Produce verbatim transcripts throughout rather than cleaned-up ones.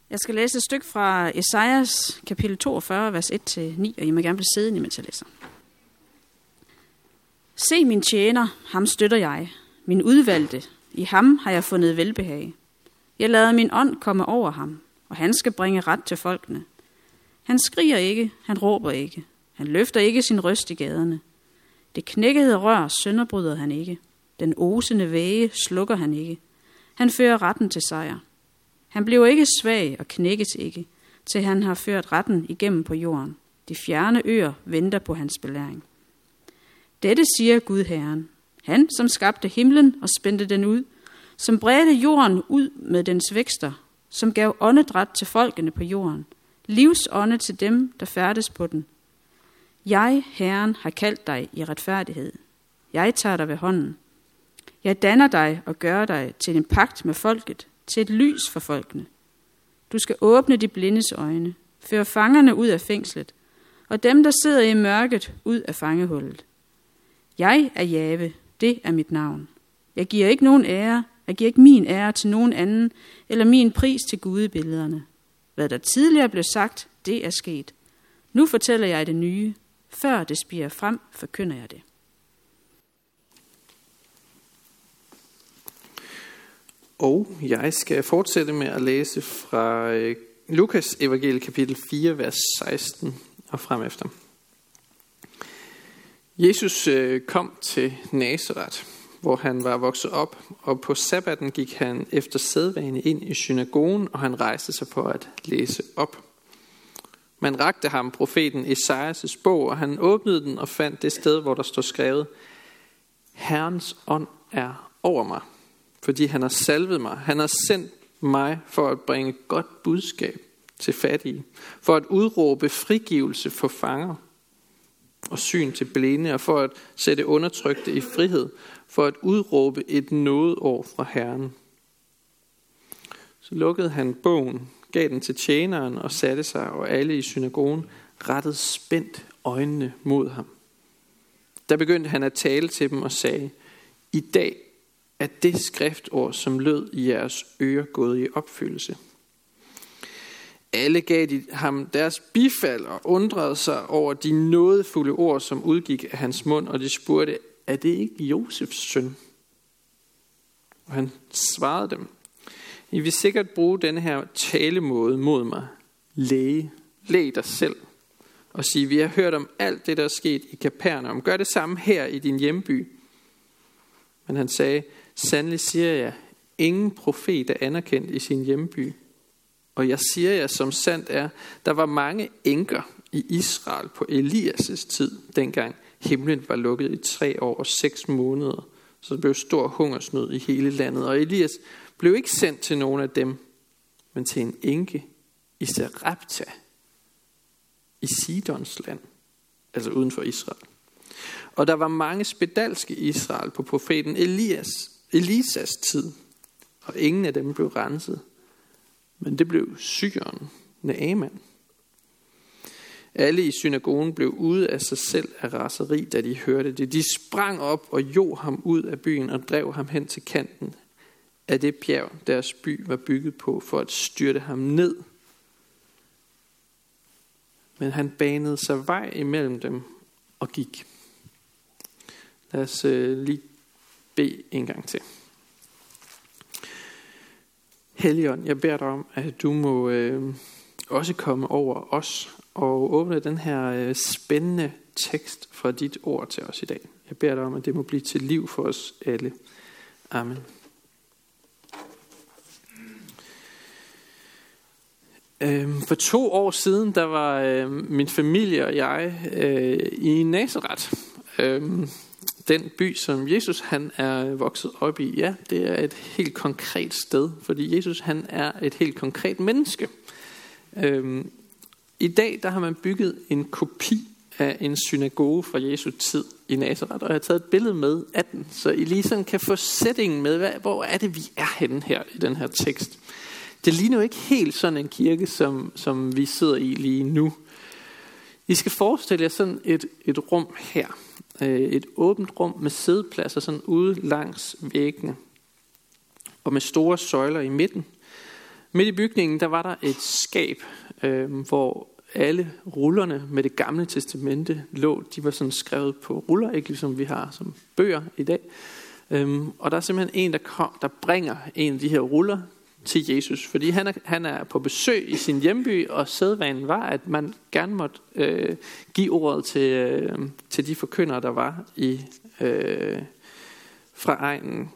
Jeg skal læse et stykke fra Esajas kapitel toogfyrre, vers et til ni, og I må gerne blive siddende, mens jeg læser. Se min tjener, ham støtter jeg. Min udvalgte, i ham har jeg fundet velbehag. Jeg lader min ånd komme over ham, og han skal bringe ret til folkene. Han skriger ikke, han råber ikke. Han løfter ikke sin røst i gaderne. Det knækkede rør sønderbryder han ikke. Den osende væge slukker han ikke. Han fører retten til sejr. Han bliver ikke svag og knækkes ikke, til han har ført retten igennem på jorden. De fjerne øer venter på hans belæring. Dette siger Gud Herren, han som skabte himlen og spændte den ud, som bredte jorden ud med dens vækster, som gav åndedræt til folkene på jorden, livsånde til dem, der færdes på den. Jeg, Herren, har kaldt dig i retfærdighed. Jeg tager dig ved hånden. Jeg danner dig og gør dig til en pagt med folket, til et lys for folkene. Du skal åbne de blindes øjne, føre fangerne ud af fængslet, og dem, der sidder i mørket, ud af fangehullet. Jeg er Jave, det er mit navn. Jeg giver ikke nogen ære, jeg giver ikke min ære til nogen anden, eller min pris til gudebillederne. Hvad der tidligere blev sagt, det er sket. Nu fortæller jeg det nye. Før det spirer frem, forkynder jeg det. Og jeg skal fortsætte med at læse fra Lukas evangeliet kapitel fire, vers seksten og frem efter. Jesus kom til Nazaret, hvor han var vokset op, og på sabbaten gik han efter sædvane ind i synagogen, og han rejste sig for at læse op. Man rakte ham profeten Esajas bog, og han åbnede den og fandt det sted, hvor der står skrevet: Herrens ånd er over mig, fordi han har salvet mig. Han har sendt mig for at bringe godt budskab til fattige, for at udråbe frigivelse for fanger og syn til blinde, og for at sætte undertrykte i frihed, for at udråbe et nådeår fra Herren. Så lukkede han bogen, gav den til tjeneren og satte sig, og alle i synagogen rettede spændt øjnene mod ham. Der begyndte han at tale til dem og sagde: I dag er det skriftord, som lød i jeres ører, gået i opfyldelse. Alle gav de ham deres bifald og undrede sig over de nådefulde ord, som udgik af hans mund, og de spurgte: Er det ikke Josefs søn? Og han svarede dem: I vil sikkert bruge denne her talemåde mod mig. Læge, læg dig selv og sige: Vi har hørt om alt det, der er sket i Kapernaum. Gør det samme her i din hjemby. Men han sagde: Sandelig siger jeg, ingen profet er anerkendt i sin hjemby. Og jeg siger jer, som sandt er, der var mange enker i Israel på Elias' tid, dengang himlen var lukket i tre år og seks måneder. Så der blev stor hungersnød i hele landet. Og Elias blev ikke sendt til nogen af dem, men til en enke i Sarepta i Sidons land, altså uden for Israel. Og der var mange spedalske i Israel på profeten Elias, Elisas tid, og ingen af dem blev renset. Men det blev syreren Naaman. Alle i synagogen blev ude af sig selv af raseri, da de hørte det. De sprang op og jog ham ud af byen og drev ham hen til kanten af det bjerg, deres by var bygget på, for at styrte ham ned. Men han banede sig vej imellem dem og gik. Lad os øh, lige bede en gang til. Helligånd, jeg beder dig om, at du må øh, også komme over os og åbne den her øh, spændende tekst fra dit ord til os i dag. Jeg beder dig om, at det må blive til liv for os alle. Amen. Øh, for to år siden, der var øh, min familie og jeg øh, i Nazaret. Øh, Den by, som Jesus han er vokset op i, ja, det er et helt konkret sted, fordi Jesus han er et helt konkret menneske. Øhm, I dag der har man bygget en kopi af en synagoge fra Jesu tid i Nazaret, og jeg har taget et billede med af den, så I lige sådan kan få sætningen med, hvad, hvor er det, vi er henne her i den her tekst. Det ligner jo ikke helt sådan en kirke, som, som vi sidder i lige nu. I skal forestille jer sådan et, et rum her. Et åbent rum med siddepladser sådan ude langs væggene. Og med store søjler i midten. Midt i bygningen, der var der et skab, øh, hvor alle rullerne med det gamle testamente lå. De var sådan skrevet på ruller, ikke ligesom vi har som bøger i dag. Øhm, og der er simpelthen en, der, kom, der bringer en af de her ruller til Jesus. Fordi han er, han er på besøg i sin hjemby, og sædvanen var, at man gerne måtte øh, give ordet til, øh, til de forkyndere, der var i øh, fra egnen.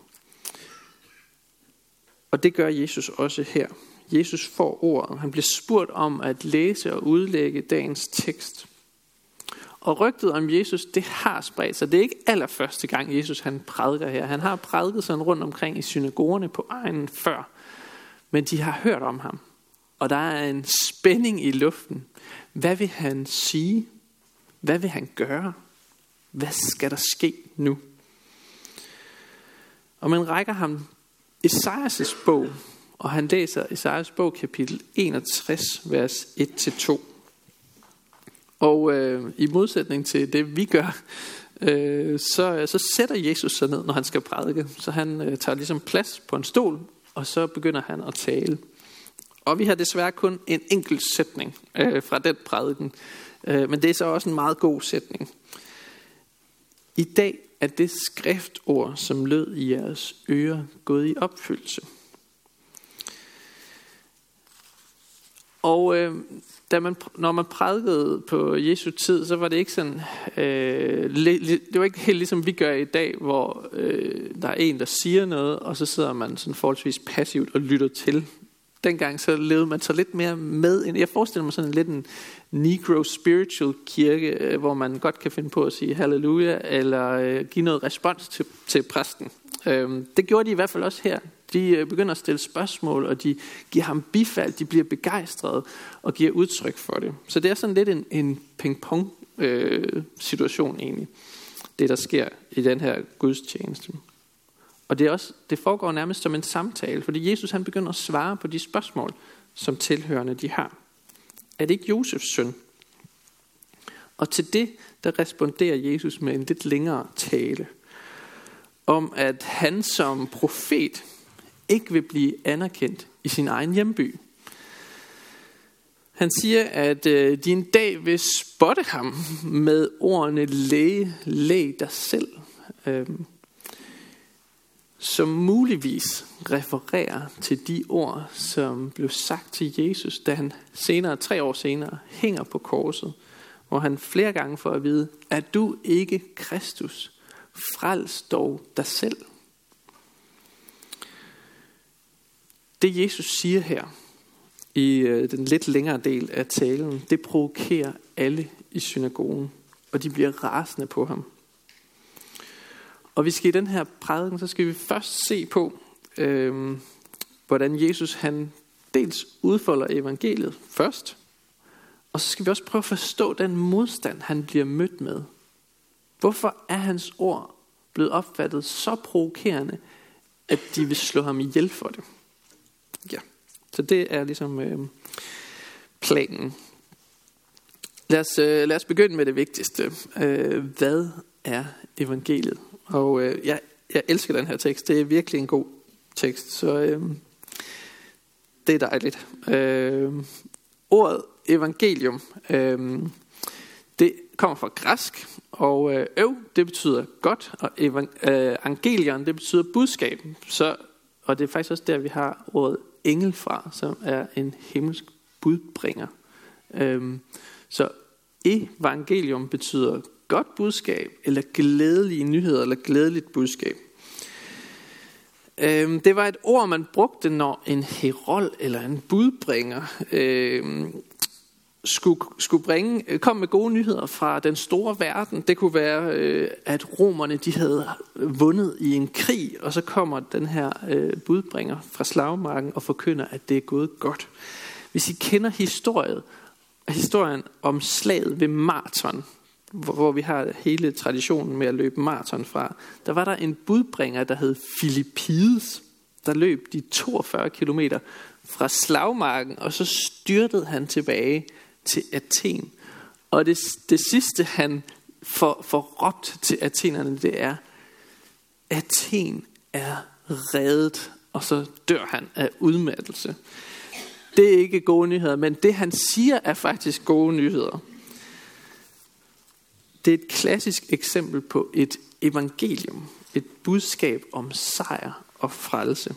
Og det gør Jesus også her. Jesus får ordet. Han bliver spurgt om at læse og udlægge dagens tekst. Og rygtet om Jesus, det har spredt sig. Det er ikke allerførste gang, Jesus han prædiker her. Han har prædiket sådan rundt omkring i synagogerne på egnen før. Men de har hørt om ham. Og der er en spænding i luften. Hvad vil han sige? Hvad vil han gøre? Hvad skal der ske nu? Og man rækker ham Esajas' bog, og han læser Esajas bog kapitel enogtres, vers et til to. Og øh, i modsætning til det vi gør, øh, så, så sætter Jesus sig ned, når han skal prædike. Så han øh, tager ligesom plads på en stol, og så begynder han at tale. Og vi har desværre kun en enkelt sætning øh, fra den prædiken, øh, men det er så også en meget god sætning. I dag er det skriftord, som lød i jeres ører, gået i opfyldelse. Og øh, da man, når man prædikede på Jesu tid, så var det ikke sådan, øh, li, det var ikke helt ligesom vi gør i dag, hvor øh, der er en, der siger noget, og så sidder man sådan forholdsvis passivt og lytter til. Dengang så levede man så lidt mere med. Jeg forestiller mig sådan lidt en negro spiritual kirke, hvor man godt kan finde på at sige halleluja, eller øh, give noget respons til, til præsten. Øh, det gjorde de i hvert fald også her. De begynder at stille spørgsmål, og de giver ham bifald, de bliver begejstrede og giver udtryk for det. Så det er sådan lidt en, en ping-pong øh, situation egentlig, det der sker i den her gudstjeneste. Og det, er også, det foregår nærmest som en samtale, fordi Jesus han begynder at svare på de spørgsmål, som tilhørende de har. Er det ikke Josefs søn? Og til det, der responderer Jesus med en lidt længere tale, om at han som profet ikke vil blive anerkendt i sin egen hjemby. Han siger, at øh, de en dag vil spotte ham med ordene læge, læg dig selv, øh, som muligvis refererer til de ord, som blev sagt til Jesus, da han senere, tre år senere, hænger på korset, hvor han flere gange får at vide, er du ikke Kristus? Frels dog dig selv. Det Jesus siger her i øh, den lidt længere del af talen, det provokerer alle i synagogen, og de bliver rasende på ham. Og vi skal i den her prædiken, så skal vi først se på, øh, hvordan Jesus han dels udfolder evangeliet først, og så skal vi også prøve at forstå den modstand, han bliver mødt med. Hvorfor er hans ord blevet opfattet så provokerende, at de vil slå ham ihjel for det? Ja, så det er ligesom øh, planen. Lad os, øh, lad os begynde med det vigtigste. Øh, hvad er evangeliet? Og øh, jeg, jeg elsker den her tekst. Det er virkelig en god tekst, så øh, det er dejligt. Øh, ordet evangelium, øh, det kommer fra græsk, og øh, øv, det betyder godt, og evang- øh, angelion, det betyder budskab. Så, og det er faktisk også der, vi har ordet engel fra, som er en himmelsk budbringer. Øhm, så evangelium betyder godt budskab, eller glædelige nyheder, eller glædeligt budskab. Øhm, det var et ord, man brugte, når en herold eller en budbringer øhm, skulle, skulle bringe, kom med gode nyheder fra den store verden. Det kunne være, øh, at romerne de havde vundet i en krig, og så kommer den her øh, budbringer fra slagmarken og forkynder, at det er gået godt. Hvis I kender historien, historien om slaget ved Marathon, hvor, hvor vi har hele traditionen med at løbe maraton fra, der var der en budbringer, der hed Philippides, der løb de toogfyrre kilometer fra slagmarken, og så styrtede han tilbage til Athen. Og det, det sidste han får, får råbt til athenerne, det er, Athen er reddet, og så dør han af udmattelse. det er ikke gode nyheder, men det han siger er faktisk gode nyheder. Det er et klassisk eksempel på et evangelium, et budskab om sejr og frelse.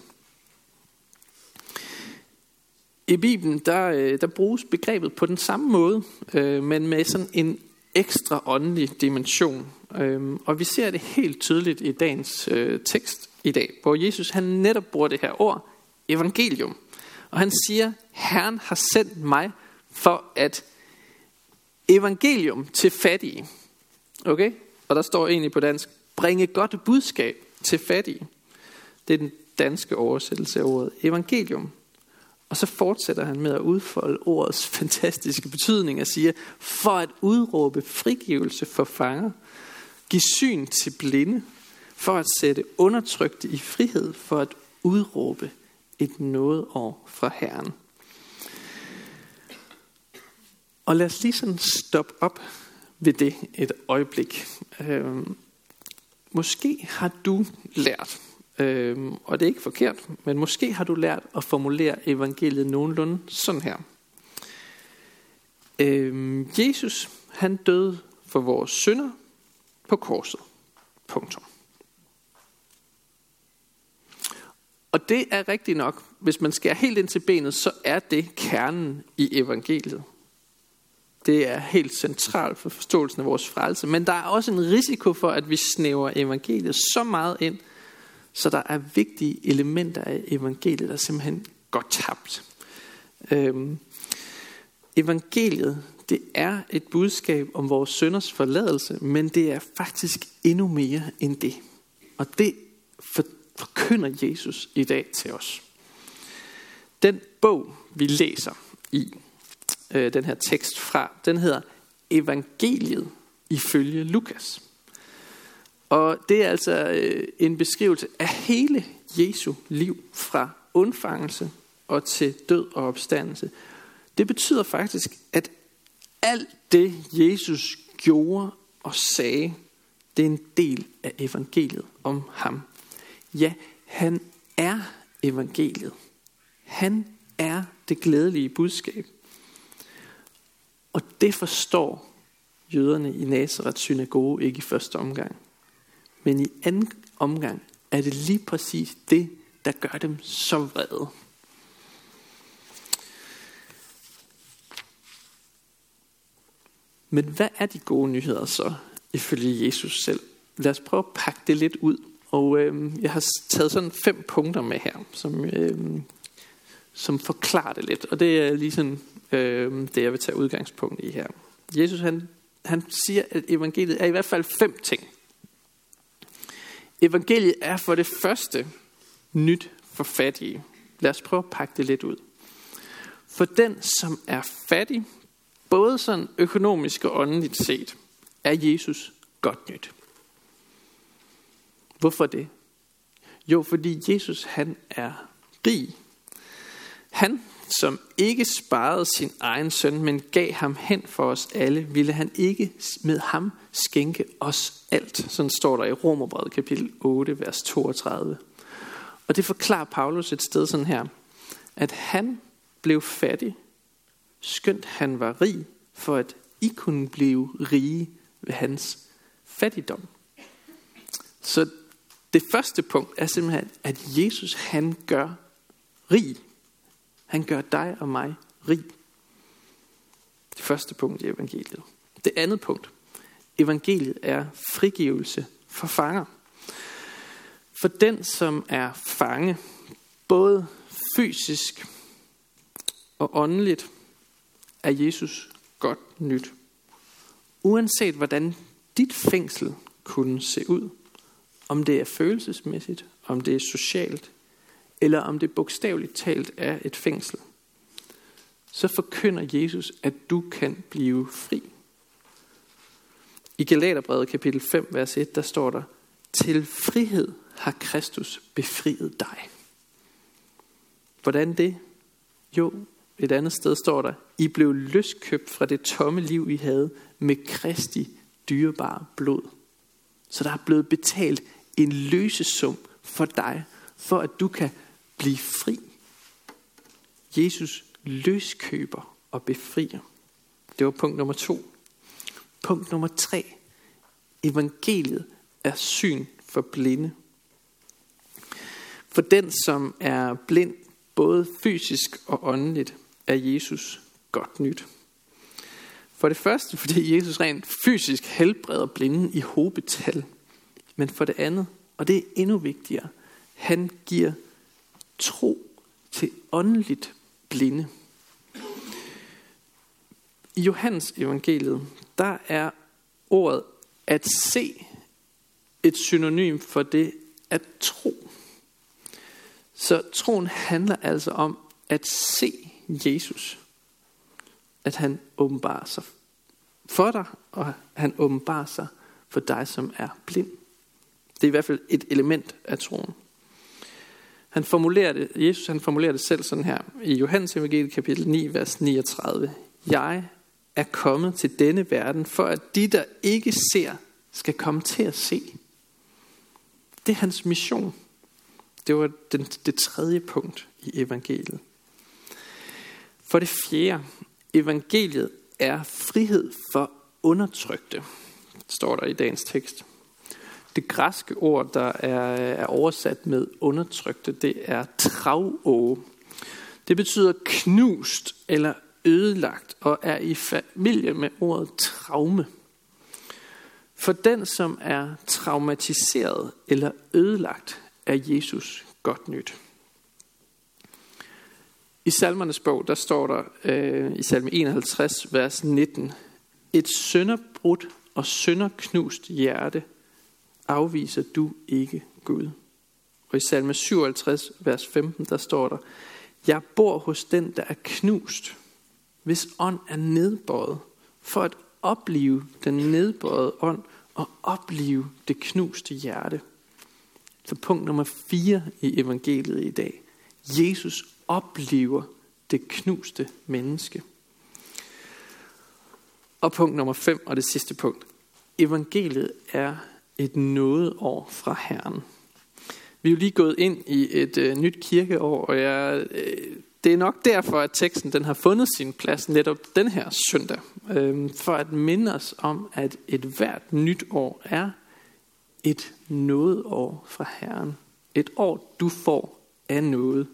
I Bibelen, der, der bruges begrebet på den samme måde, øh, men med sådan en ekstra åndelig dimension. Øh, og vi ser det helt tydeligt i dagens øh, tekst i dag, hvor Jesus han netop bruger det her ord, evangelium. Og han siger, Herren har sendt mig for at evangelium til fattige. Okay? Og der står egentlig på dansk, bringe godt budskab til fattige. Det er den danske oversættelse af ordet evangelium. Og så fortsætter han med at udfolde ordets fantastiske betydning og siger, for at udråbe frigivelse for fanger, give syn til blinde, for at sætte undertrykte i frihed, for at udråbe et nådeår fra Herren. Og lad os lige sådan stoppe op ved det et øjeblik. Øhm, måske har du lært, øhm, og det er ikke forkert, men måske har du lært at formulere evangeliet nogenlunde sådan her. Øhm, Jesus, han døde for vores synder på korset. Punktum. Og det er rigtigt nok, hvis man skærer helt ind til benet, så er det kernen i evangeliet. Det er helt centralt for forståelsen af vores frelse. Men der er også en risiko for, at vi snæver evangeliet så meget ind, så der er vigtige elementer af evangeliet, der simpelthen går tabt. Øhm, evangeliet, det er et budskab om vores synders forladelse, men det er faktisk endnu mere end det. Og det for, forkynder Jesus i dag til os. Den bog, vi læser i, den her tekst fra, den hedder Evangeliet ifølge Lukas. Og det er altså en beskrivelse af hele Jesu liv fra undfangelse og til død og opstandelse. Det betyder faktisk, at alt det Jesus gjorde og sagde, det er en del af evangeliet om ham. Ja, han er evangeliet. Han er det glædelige budskab. Og det forstår jøderne i Nazarets synagoge ikke i første omgang. Men i anden omgang er det lige præcis det, der gør dem så vrede. Men hvad er de gode nyheder så, ifølge Jesus selv? Lad os prøve at pakke det lidt ud. Og øh, jeg har taget sådan fem punkter med her, som, øh, som forklarer det lidt. Og det er lige sådan øh, det, jeg vil tage udgangspunkt i her. Jesus han, han siger, at evangeliet er i hvert fald fem ting. Evangeliet er for det første nyt for fattige. Lad os prøve at pakke det lidt ud. For den, som er fattig, både sådan økonomisk og åndeligt set, er Jesus godt nyt. Hvorfor det? Jo, fordi Jesus han er rig. Han, som ikke sparede sin egen søn, men gav ham hen for os alle, ville han ikke med ham skænke os alt. Sådan står der i Romerbrevet kapitel otte, vers toogtredive. Og det forklarer Paulus et sted sådan her, at han blev fattig, skønt han var rig, for at I kunne blive rige ved hans fattigdom. Så det første punkt er simpelthen, at Jesus han gør rig. Han gør dig og mig rig. Det første punkt i evangeliet. Det andet punkt. Evangeliet er frigivelse for fanger. For den, som er fange, både fysisk og åndeligt, er Jesus godt nyt. Uanset hvordan dit fængsel kunne se ud, om det er følelsesmæssigt, om det er socialt, eller om det bogstaveligt talt er et fængsel, så forkynder Jesus, at du kan blive fri. I Galaterbrevet kapitel fem, vers et, der står der, til frihed har Kristus befriet dig. Hvordan det? Jo, et andet sted står der, I blev løskøbt fra det tomme liv, I havde, med Kristi dyrebare blod. Så der er blevet betalt en løsesum for dig, for at du kan blive fri. Jesus løskøber og befrier. Det var punkt nummer to. Punkt nummer tre. Evangeliet er syn for blinde. For den, som er blind, både fysisk og åndeligt, er Jesus godt nyt. For det første, fordi Jesus rent fysisk helbreder blinde i hobetal. Men for det andet, og det er endnu vigtigere, han giver tro til åndeligt blinde. I Johannes evangeliet, der er ordet at se et synonym for det at tro. Så troen handler altså om at se Jesus. At han åbenbarer sig for dig, og han åbenbarer sig for dig, som er blind. Det er i hvert fald et element af troen. Han formulerer det, Jesus han formulerer det selv sådan her i Johannes evangeliet kapitel ni, vers niogtredive. Jeg er kommet til denne verden, for at de, der ikke ser, skal komme til at se. Det er hans mission. Det var den, det tredje punkt i evangeliet. For det fjerde, evangeliet er frihed for undertrykte, står der i dagens tekst. Det græske ord, der er, er oversat med undertrykte, det er trauo. Det betyder knust eller ødelagt og er i familie med ordet traume. For den, som er traumatiseret eller ødelagt, er Jesus godt nyt. I Salmernes bog, der står der øh, i salme enoghalvtreds, vers nitten, et sønderbrudt og sønderknust hjerte afviser du ikke, Gud. Og i salme syvoghalvtreds, vers femten, der står der, jeg bor hos den, der er knust, hvis ånd er nedbøjet, for at opleve den nedbøjede ånd og opleve det knuste hjerte. Så punkt nummer fire i evangeliet i dag. Jesus oplever det knuste menneske. Og punkt nummer fem, og det sidste punkt. Evangeliet er et nådeår fra Herren. Vi er jo lige gået ind i et øh, nyt kirkeår, og jeg, øh, det er nok derfor, at teksten den har fundet sin plads netop den her søndag. Øh, for at minde os om, at et hvert nyt år er et nådeår fra Herren. Et år, du får af noget.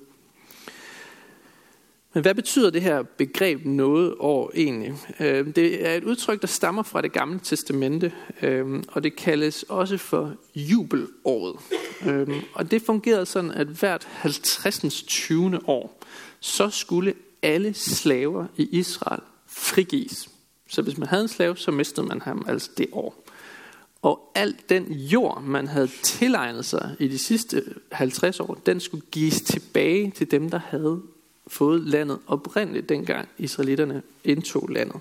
Men hvad betyder det her begreb nådeår egentlig? Det er et udtryk, der stammer fra Det Gamle Testamente, og det kaldes også for jubelåret. Og det fungerede sådan, at hvert halvtredsens tyvende år, så skulle alle slaver i Israel frigives. Så hvis man havde en slave, så mistede man ham altså det år. Og al den jord, man havde tilegnet sig i de sidste halvtreds år, den skulle gives tilbage til dem, der havde fået landet oprindeligt, dengang israelitterne indtog landet.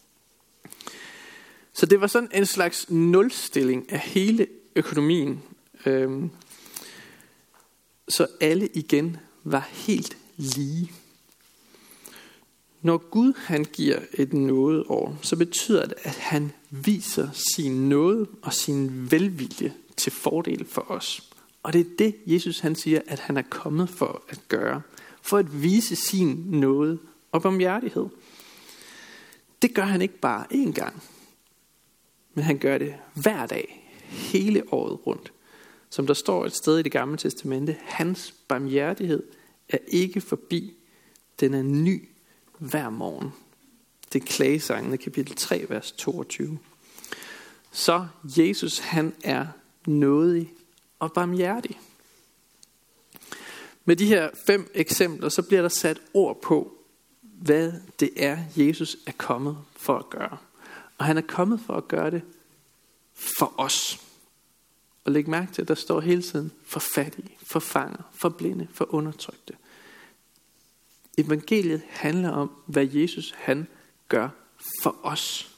Så det var sådan en slags nulstilling af hele økonomien. Øhm, så alle igen var helt lige. Når Gud han giver et nådeår, så betyder det, at han viser sin nåde og sin velvilje til fordel for os. Og det er det, Jesus han siger, at han er kommet for at gøre. For at vise sin nåde og barmhjertighed. Det gør han ikke bare én gang, men han gør det hver dag, hele året rundt. Som der står et sted i Det Gamle Testamente, hans barmhjertighed er ikke forbi, den er ny hver morgen. Det er Klagesangene, kapitel tre, vers toogtyve. Så Jesus, han er nådig og barmhjertig. Med de her fem eksempler, så bliver der sat ord på, hvad det er, Jesus er kommet for at gøre. Og han er kommet for at gøre det for os. Og læg mærke til, at der står hele tiden for fattige, for fanger, for blinde, for undertrykte. Evangeliet handler om, hvad Jesus han gør for os.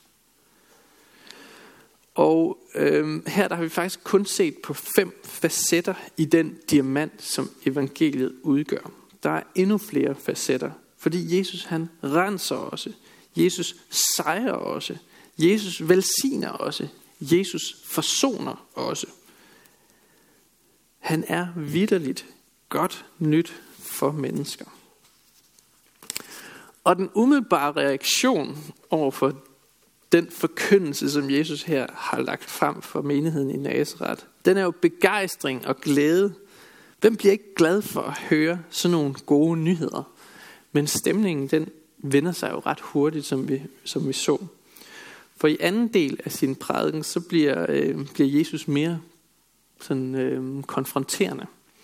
Og øh, her der har vi faktisk kun set på fem facetter i den diamant, som evangeliet udgør. Der er endnu flere facetter, fordi Jesus han renser også. Jesus sejrer også. Jesus velsigner også. Jesus forsoner også. Han er vitterligt godt nyt for mennesker. Og den umiddelbare reaktion over for den forkyndelse, som Jesus her har lagt frem for menigheden i Nazaret, den er jo begejstring og glæde. Hvem bliver ikke glad for at høre sådan nogle gode nyheder? Men stemningen, den vender sig jo ret hurtigt, som vi, som vi så. For i anden del af sin prædiken, så bliver, øh, bliver Jesus mere sådan, øh, konfronterende.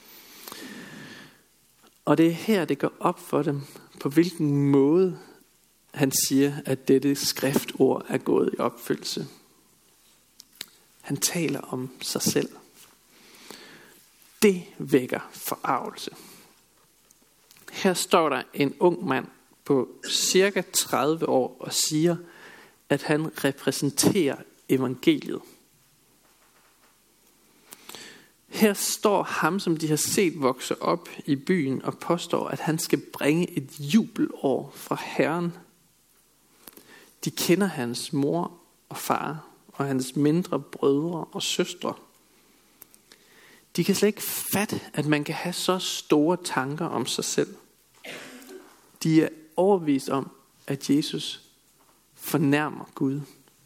Og det er her, det går op for dem, på hvilken måde han siger, at dette skriftord er gået i opfyldelse. Han taler om sig selv. Det vækker forargelse. Her står der en ung mand på cirka tredive år og siger, at han repræsenterer evangeliet. Her står ham, som de har set vokse op i byen, og påstår, at han skal bringe et jubelår fra Herren. De kender hans mor og far, og hans mindre brødre og søstre. De kan slet ikke fatte, at man kan have så store tanker om sig selv. De er overbevist om, at Jesus fornærmer Gud.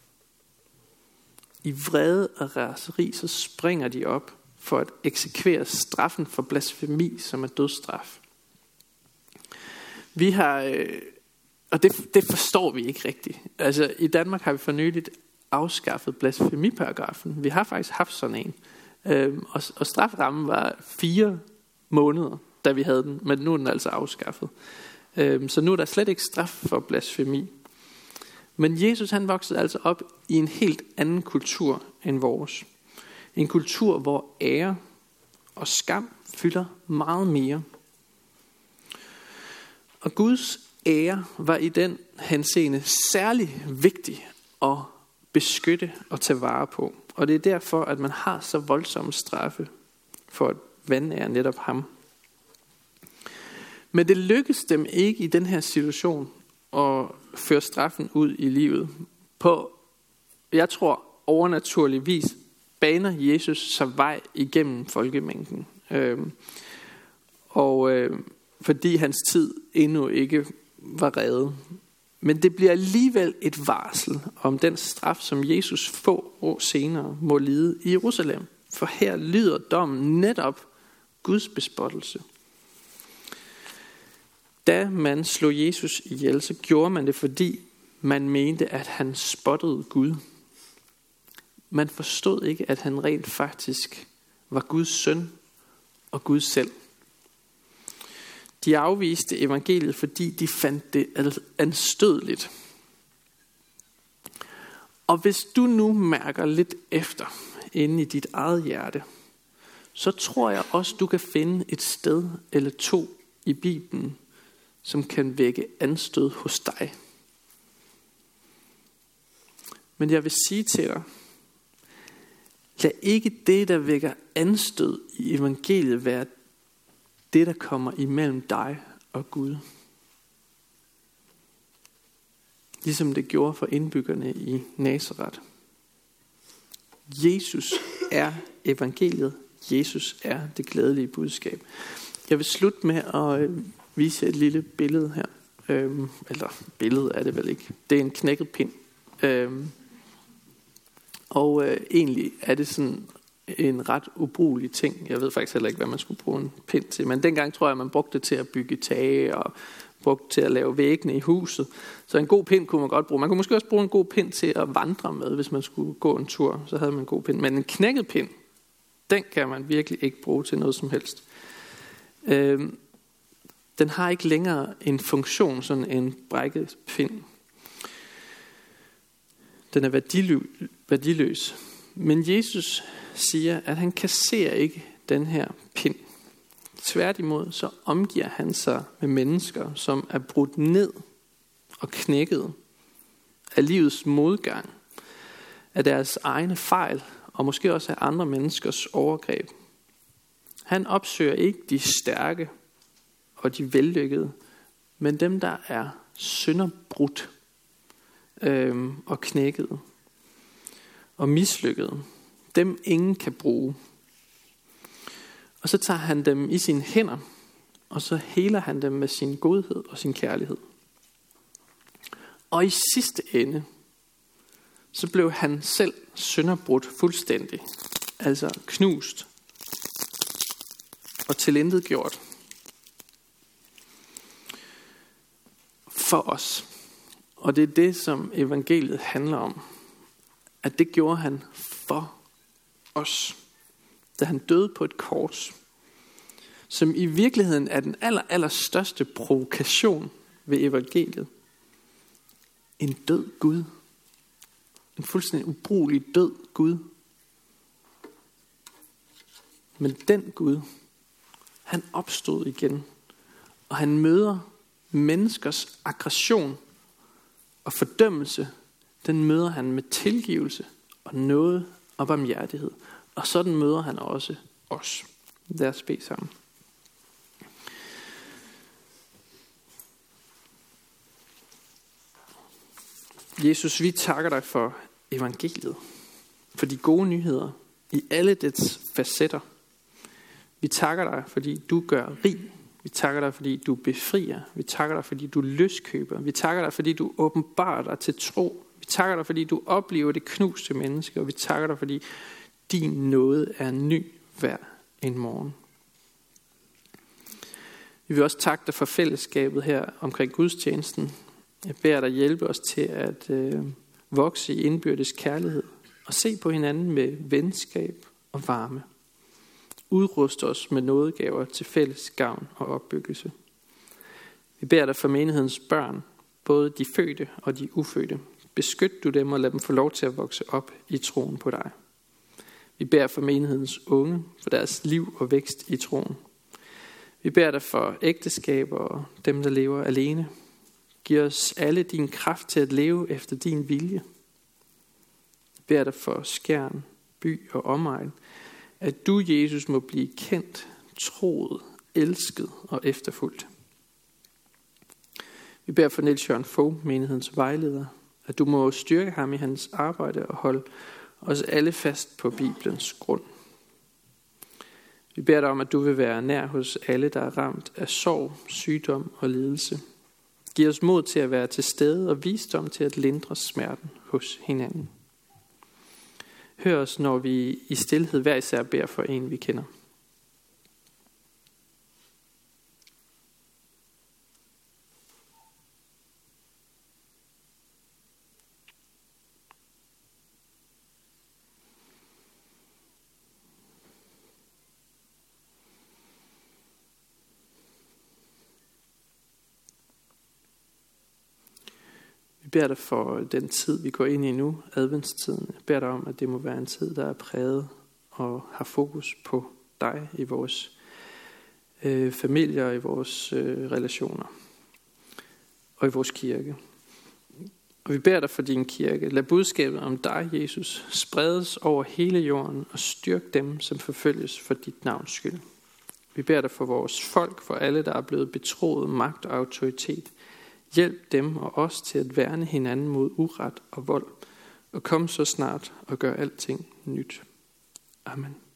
I vrede og raseri, så springer de op for at eksekvere straffen for blasfemi, som er dødsstraf. Vi har, og det, det forstår vi ikke rigtigt. Altså i Danmark har vi for nyligt afskaffet blasfemiparagrafen. Vi har faktisk haft sådan en. Øhm, og, og straframmen var fire måneder, da vi havde den, men nu er den altså afskaffet. Øhm, så nu er der slet ikke straf for blasfemi. Men Jesus, han voksede altså op i en helt anden kultur end vores. En kultur, hvor ære og skam fylder meget mere. Og Guds ære var i den henseende særlig vigtig at beskytte og tage vare på. Og det er derfor, at man har så voldsomme straffe for at vandære netop ham. Men det lykkedes dem ikke i den her situation at føre straffen ud i livet. På, jeg tror, overnaturlig vis baner Jesus sig vej igennem folkemængden. Øhm, og øh, fordi hans tid endnu ikke var reddet. Men det bliver alligevel et varsel om den straf, som Jesus få år senere må lide i Jerusalem. For her lyder dommen netop Guds bespottelse. Da man slog Jesus ihjel, så gjorde man det, fordi man mente, at han spottede Gud. Man forstod ikke, at han rent faktisk var Guds søn og Gud selv. De afviste evangeliet, fordi de fandt det anstødeligt. Og hvis du nu mærker lidt efter inde i dit eget hjerte, så tror jeg også, du kan finde et sted eller to i Bibelen, som kan vække anstød hos dig. Men jeg vil sige til dig, lad ikke det, der vækker anstød i evangeliet, være det, der kommer imellem dig og Gud. Ligesom det gjorde for indbyggerne i Nazaret. Jesus er evangeliet. Jesus er det glædelige budskab. Jeg vil slutte med at vise et lille billede her. Øhm, eller billede er det vel ikke. Det er en knækket pind. Øhm, og øh, egentlig er det sådan en ret ubrugelig ting. Jeg ved faktisk heller ikke, hvad man skulle bruge en pind til. Men dengang tror jeg, man brugte det til at bygge tage og brugte til at lave væggene i huset. Så en god pind kunne man godt bruge. Man kunne måske også bruge en god pind til at vandre med, hvis man skulle gå en tur. Så havde man en god pind. Men en knækket pind, den kan man virkelig ikke bruge til noget som helst. Øhm, den har ikke længere en funktion, sådan en brækket pind. Den er værdiløs. værdiløs. Men Jesus siger, at han kasserer ikke den her pind. Tværtimod så omgiver han sig med mennesker, som er brudt ned og knækket af livets modgang, af deres egne fejl, og måske også af andre menneskers overgreb. Han opsøger ikke de stærke og de vellykkede, men dem, der er synderbrudt øhm, og knækket og mislykket. Dem ingen kan bruge. Og så tager han dem i sine hænder, og så heler han dem med sin godhed og sin kærlighed. Og i sidste ende, så blev han selv sønderbrudt fuldstændig. Altså knust og tilintetgjort for os. Og det er det, som evangeliet handler om. At det gjorde han for os, da han døde på et kors, som i virkeligheden er den aller, aller største provokation ved evangeliet. En død Gud. En fuldstændig ubrugelig død Gud. Men den Gud, han opstod igen, og han møder menneskers aggression og fordømmelse. Den møder han med tilgivelse og nåde og barmhjertighed. Og sådan møder han også os. Lad os bede sammen. Jesus, vi takker dig for evangeliet, for de gode nyheder i alle dets facetter. Vi takker dig, fordi du gør rig. Vi takker dig, fordi du befrier. Vi takker dig, fordi du løskøber. Vi takker dig, fordi du åbenbarer dig til tro. Vi takker dig, fordi du oplever det knuste menneske. Og vi takker dig, fordi din nåde er ny hver en morgen. Vi vil også takke dig for fællesskabet her omkring gudstjenesten. Jeg beder dig hjælpe os til at øh, vokse i indbyrdes kærlighed og se på hinanden med venskab og varme. Udrust os med nådegaver til fælles gavn og opbyggelse. Vi beder dig for menighedens børn, både de fødte og de ufødte. Beskyt du dem og lad dem få lov til at vokse op i troen på dig. Vi beder for menighedens unge, for deres liv og vækst i troen. Vi beder dig for ægteskaber og dem, der lever alene. Giv os alle din kraft til at leve efter din vilje. Vi beder dig for Skjern, by og omegn, at du, Jesus, må blive kendt, troet, elsket og efterfulgt. Vi beder for Niels Jørgen Fogh, menighedens vejleder, at du må styrke ham i hans arbejde og holde os alle fast på Bibelens grund. Vi beder dig om, at du vil være nær hos alle, der er ramt af sorg, sygdom og lidelse. Giv os mod til at være til stede og visdom til at lindre smerten hos hinanden. Hør os, når vi i stilhed hver især beder for en, vi kender. Jeg beder dig for den tid, vi går ind i nu, adventstiden. Jeg beder dig om, at det må være en tid, der er præget og har fokus på dig i vores øh, familier og i vores øh, relationer og i vores kirke. Og vi beder dig for din kirke. Lad budskabet om dig, Jesus, spredes over hele jorden og styrk dem, som forfølges for dit navns skyld. Vi beder dig for vores folk, for alle, der er blevet betroet magt og autoritet. Hjælp dem og os til at værne hinanden mod uret og vold, og kom så snart og gør alting nyt. Amen.